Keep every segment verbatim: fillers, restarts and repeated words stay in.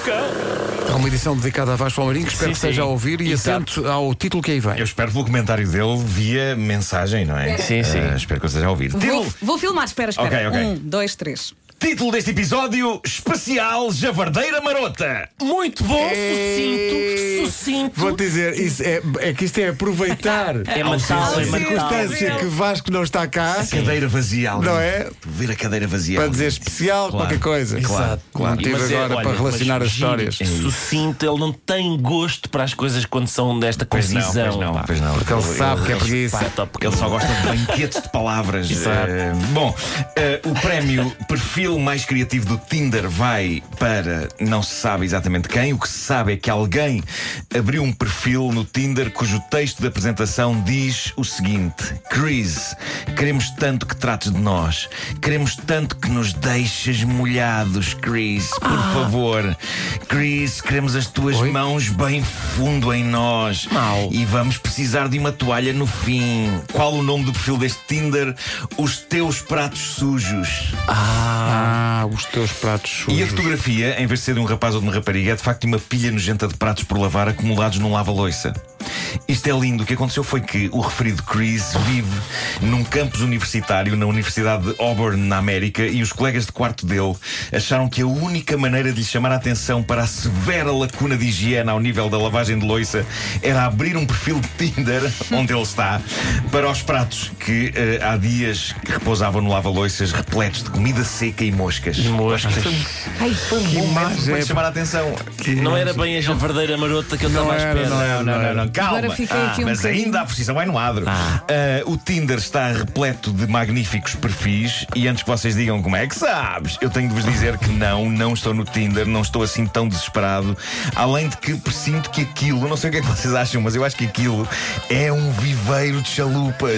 cão. Há uma edição dedicada a Vasco Palmeirinho, que espero Sim, que esteja sim. a ouvir e Exato. atento ao título que aí vem. Eu espero pelo comentário dele via mensagem, não é? Sim, sim. Uh, espero que eu esteja a ouvir. Vou, Título, vou filmar, espera, espera. Ok, ok. Um, dois, três. título deste episódio: Especial Javardeira Marota. Muito bom, É. sucinto, sucinto. Vou dizer, isso é, é que isto é aproveitar É a matá-lo, é matá-lo. circunstância que Vasco não está cá, Cadeira vazia, alguém. não é? Ver a cadeira vazia. Para dizer especial, Claro. qualquer coisa. Claro, claro. Não tive Mas é, agora olha, para relacionar mas as histórias. giro, Sucinto, ele não tem gosto para as coisas quando são desta Pois não, concisão. pois não, pá. pois não. Porque ele sabe que é preguiça. Pá, tá, porque Ele só gosta de banquetes de palavras. Exato. Eh, bom, eh, o prémio perfil mais criativo do Tinder vai para não se sabe exatamente quem. O que se sabe é que alguém abriu um perfil no Tinder cujo texto de apresentação diz o seguinte: Chris, queremos tanto que trates de nós. Queremos tanto que nos deixes molhados, Chris. Por Ah. favor. Chris, queremos as tuas Oi? mãos bem fundo em nós. Mau. E vamos precisar de uma toalha no fim. Qual o nome do perfil deste Tinder? Os teus pratos sujos. Ah, os teus pratos sujos. E a fotografia, em vez de ser de um rapaz ou de uma rapariga, é de facto uma pilha nojenta de pratos por lavar acumulados num lava-loiça. Isto é lindo. O que aconteceu foi que o referido Chris vive num campus universitário na Universidade de Auburn, na América, e os colegas de quarto dele acharam que a única maneira de lhe chamar a atenção para a severa lacuna de higiene ao nível da lavagem de louça era abrir um perfil de Tinder, onde ele está, para os pratos que eh, há dias repousavam no lava-loiças repletos de comida seca e moscas. moscas. Foi um Que bom momento imagem. para lhe chamar a atenção. Não era bem a javardeira marota que eu estava à era, espera. não era. Não, não, não, calma. Agora fiquei aqui um mas bocadinho. ainda a precisão vai no adro. Ah. Ah, o Tinder está repleto de magníficos perfis. E antes que vocês digam como é que sabes, eu tenho de vos dizer que não, não estou no Tinder, não estou assim tão desesperado. Além de que presinto que aquilo, não sei o que é que vocês acham, mas eu acho que aquilo é um viveiro de chalupas.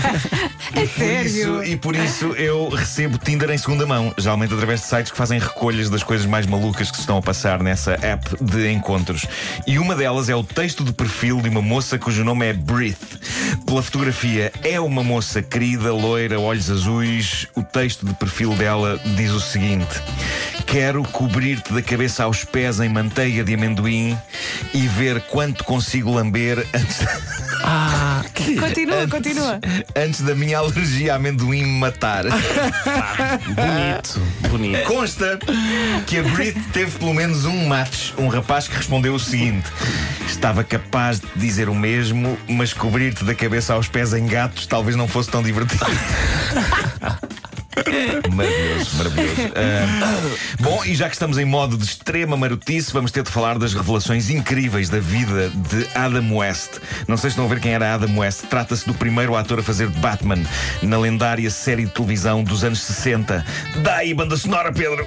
É E por sério? isso- E por isso eu recebo Tinder em segunda mão, geralmente através de sites que fazem recolhas das coisas mais malucas que se estão a passar nessa app de encontros. E uma delas é o texto de perfil de uma moça cujo nome é Breath. Pela fotografia, é uma moça querida, loira, olhos azuis. O texto de perfil dela diz o seguinte: quero cobrir-te da cabeça aos pés em manteiga de amendoim e ver quanto consigo lamber antes, Ah, Continua, continua. antes da minha alergia a amendoim me matar. bonito, bonito. Consta que a Brit teve pelo menos um match, um rapaz que respondeu o seguinte: estava capaz de dizer o mesmo, mas cobrir-te da cabeça aos pés em gatos talvez não fosse tão divertido. Maravilhoso, maravilhoso. Ah, bom, e já que estamos em modo de extrema marotice, vamos ter de falar das revelações incríveis da vida de Adam West. Não sei se estão a ver quem era Adam West. Trata-se do primeiro ator a fazer de Batman na lendária série de televisão dos anos sessenta. Dá aí banda sonora, Pedro!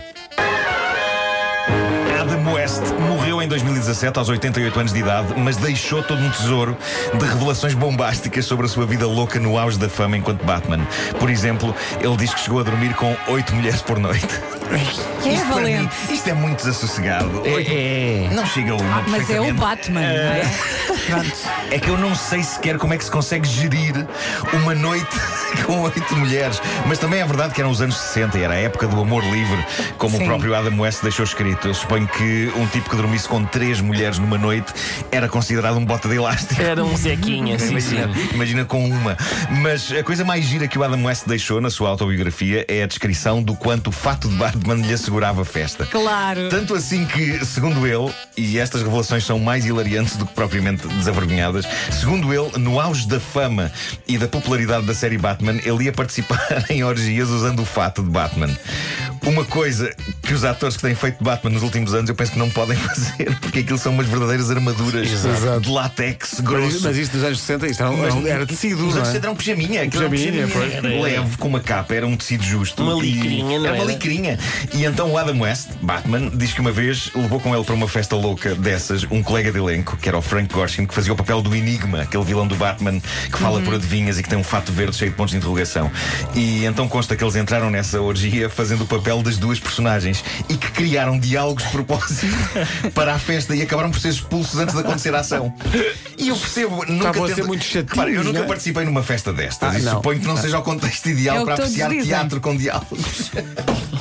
Adam West morreu em dois mil e dezassete, aos oitenta e oito anos de idade, mas deixou todo um tesouro de revelações bombásticas sobre a sua vida louca no auge da fama enquanto Batman. Por exemplo, ele diz que chegou a dormir com oito mulheres por noite. É Isto para mim, valente. isto é muito desassossegado. Oito- É. Não chega a uma. Mas é o perfeitamente. Batman, não é? Pronto. É que eu não sei sequer como é que se consegue gerir uma noite com oito mulheres. Mas também é verdade que eram os anos sessenta e era a época do amor livre, como Sim. o próprio Adam West deixou escrito. Eu suponho que um tipo que dormisse com três mulheres numa noite era considerado um bota de elástico. Era um Zequinha, sim, Imagina, sim. imagina com uma. Mas a coisa mais gira que o Adam West deixou na sua autobiografia é a descrição do quanto o fato de Batman lhe assegurava festa. Claro. Tanto assim que, segundo ele, e estas revelações são mais hilariantes do que propriamente desavergonhadas, segundo ele, no auge da fama e da popularidade da série Batman, ele ia participar em orgias usando o fato de Batman. Uma coisa que os atores que têm feito Batman nos últimos anos eu penso que não podem fazer, porque aquilo são umas verdadeiras armaduras Exato. de látex Mas, grosso. mas isto dos anos sessenta, isto era, Mas- era tecido, Os não anos é? sessenta era um pijaminha, aquilo era um Pijaminha, pijaminha pois. leve, com uma capa, era um tecido justo. Uma E- licrinha, não Era uma era? licrinha. E então o Adam West, Batman, diz que uma vez levou com ele para uma festa louca dessas um colega de elenco, que era o Frank Gorshin, que fazia o papel do Enigma, aquele vilão do Batman que fala por adivinhas e que tem um fato verde cheio de pontos de interrogação. E então consta que eles entraram nessa orgia fazendo o papel das duas personagens e que criaram diálogos de propósito para a festa e acabaram por ser expulsos antes de acontecer a ação. E eu percebo, nunca Estavam a ser tento- muito chatinhos, Repara, eu nunca não é? participei numa festa destas Ah, e não. suponho que não seja o contexto ideal É o para que todos apreciar dizem. teatro com diálogos.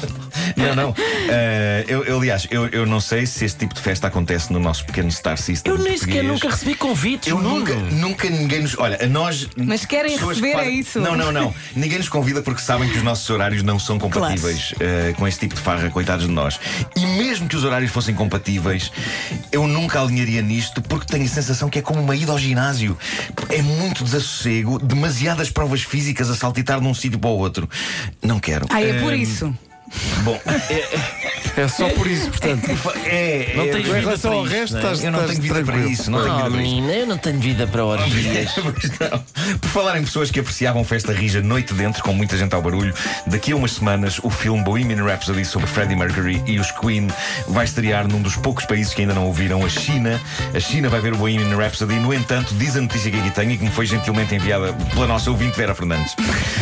Não, não. Uh, eu, eu, aliás, eu, eu não sei se este tipo de festa acontece no nosso pequeno Star System. Eu nem sequer português. nunca recebi convites. Eu Nuno. nunca, nunca ninguém nos. Olha, a nós. Mas querem pessoas que receber, é isso? Não, não, não. Ninguém nos convida porque sabem que os nossos horários não são compatíveis uh, com esse tipo de farra, coitados de nós. E mesmo que os horários fossem compatíveis, eu nunca alinharia nisto porque tenho a sensação que é como uma ida ao ginásio. É muito desassossego, demasiadas provas físicas a saltitar de um sítio para o outro. Não quero. Ah, é por Um, isso. Bom, é, É só por isso, portanto. é, Não é- tens Em vida relação para ao isto, resto, não é? estás, eu não estás tenho vida para tranquilo. isso. Não tenho Oh, vida para isto. menina, eu não tenho vida para orgias. Pois não. Por falar em pessoas que apreciavam festa rija noite dentro, com muita gente ao barulho, daqui a umas semanas o filme Bohemian Rhapsody sobre Freddie Mercury e os Queen vai estrear num dos poucos países que ainda não ouviram, a China. A China vai ver o Bohemian Rhapsody. No entanto, diz a notícia que aqui tenho e que me foi gentilmente enviada pela nossa ouvinte Vera Fernandes.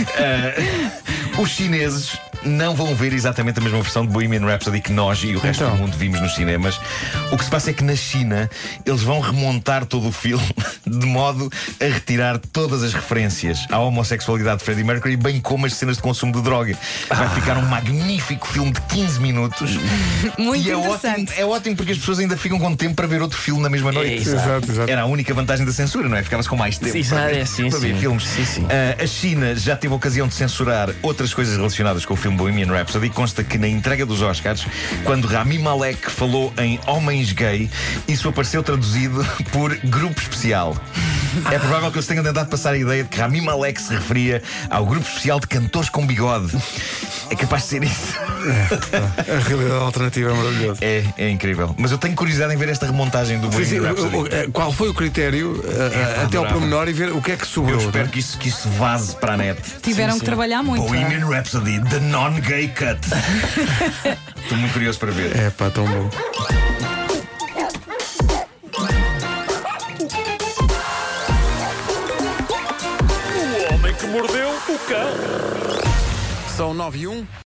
Uh, os chineses não vão ver exatamente a mesma versão de Bohemian Rhapsody que nós e o resto Então. do mundo vimos nos cinemas. O que se passa é que na China eles vão remontar todo o filme de modo a retirar todas as referências à homossexualidade de Freddie Mercury, bem como as cenas de consumo de droga. Vai ficar um magnífico filme de quinze minutos. Muito E é ótimo, interessante. é ótimo porque as pessoas ainda ficam com tempo para ver outro filme na mesma noite. Exato. Exato, exato. Era a única vantagem da censura, não é? Ficava-se com mais tempo Exato, para ver, é, sim, para ver sim. filmes. Sim, sim. Ah, a China já teve a ocasião de censurar outras coisas relacionadas com o filme Bohemian Rhapsody. Consta que na entrega dos Oscars, quando Rami Malek falou em homens gay, isso apareceu traduzido por grupo especial. É provável que eles tenham tentado passar a ideia de que Rami Malek se referia ao grupo especial de cantores com bigode. É capaz de ser isso. A realidade alternativa é maravilhosa. É, é incrível. Mas eu tenho curiosidade em ver esta remontagem do Sim, sim, Bohemian o- Rhapsody. o- eh, qual foi o critério eh, até ao adorava. pormenor e ver o que é que sobrou? Eu não espero é? que isso, que isso vaze para a net. Tiveram sim, que sim. trabalhar muito. Bohemian Rhapsody, the non-gay cut. Estou muito curioso para ver. É pá, tão bom. O homem que mordeu o cão. São nove e um.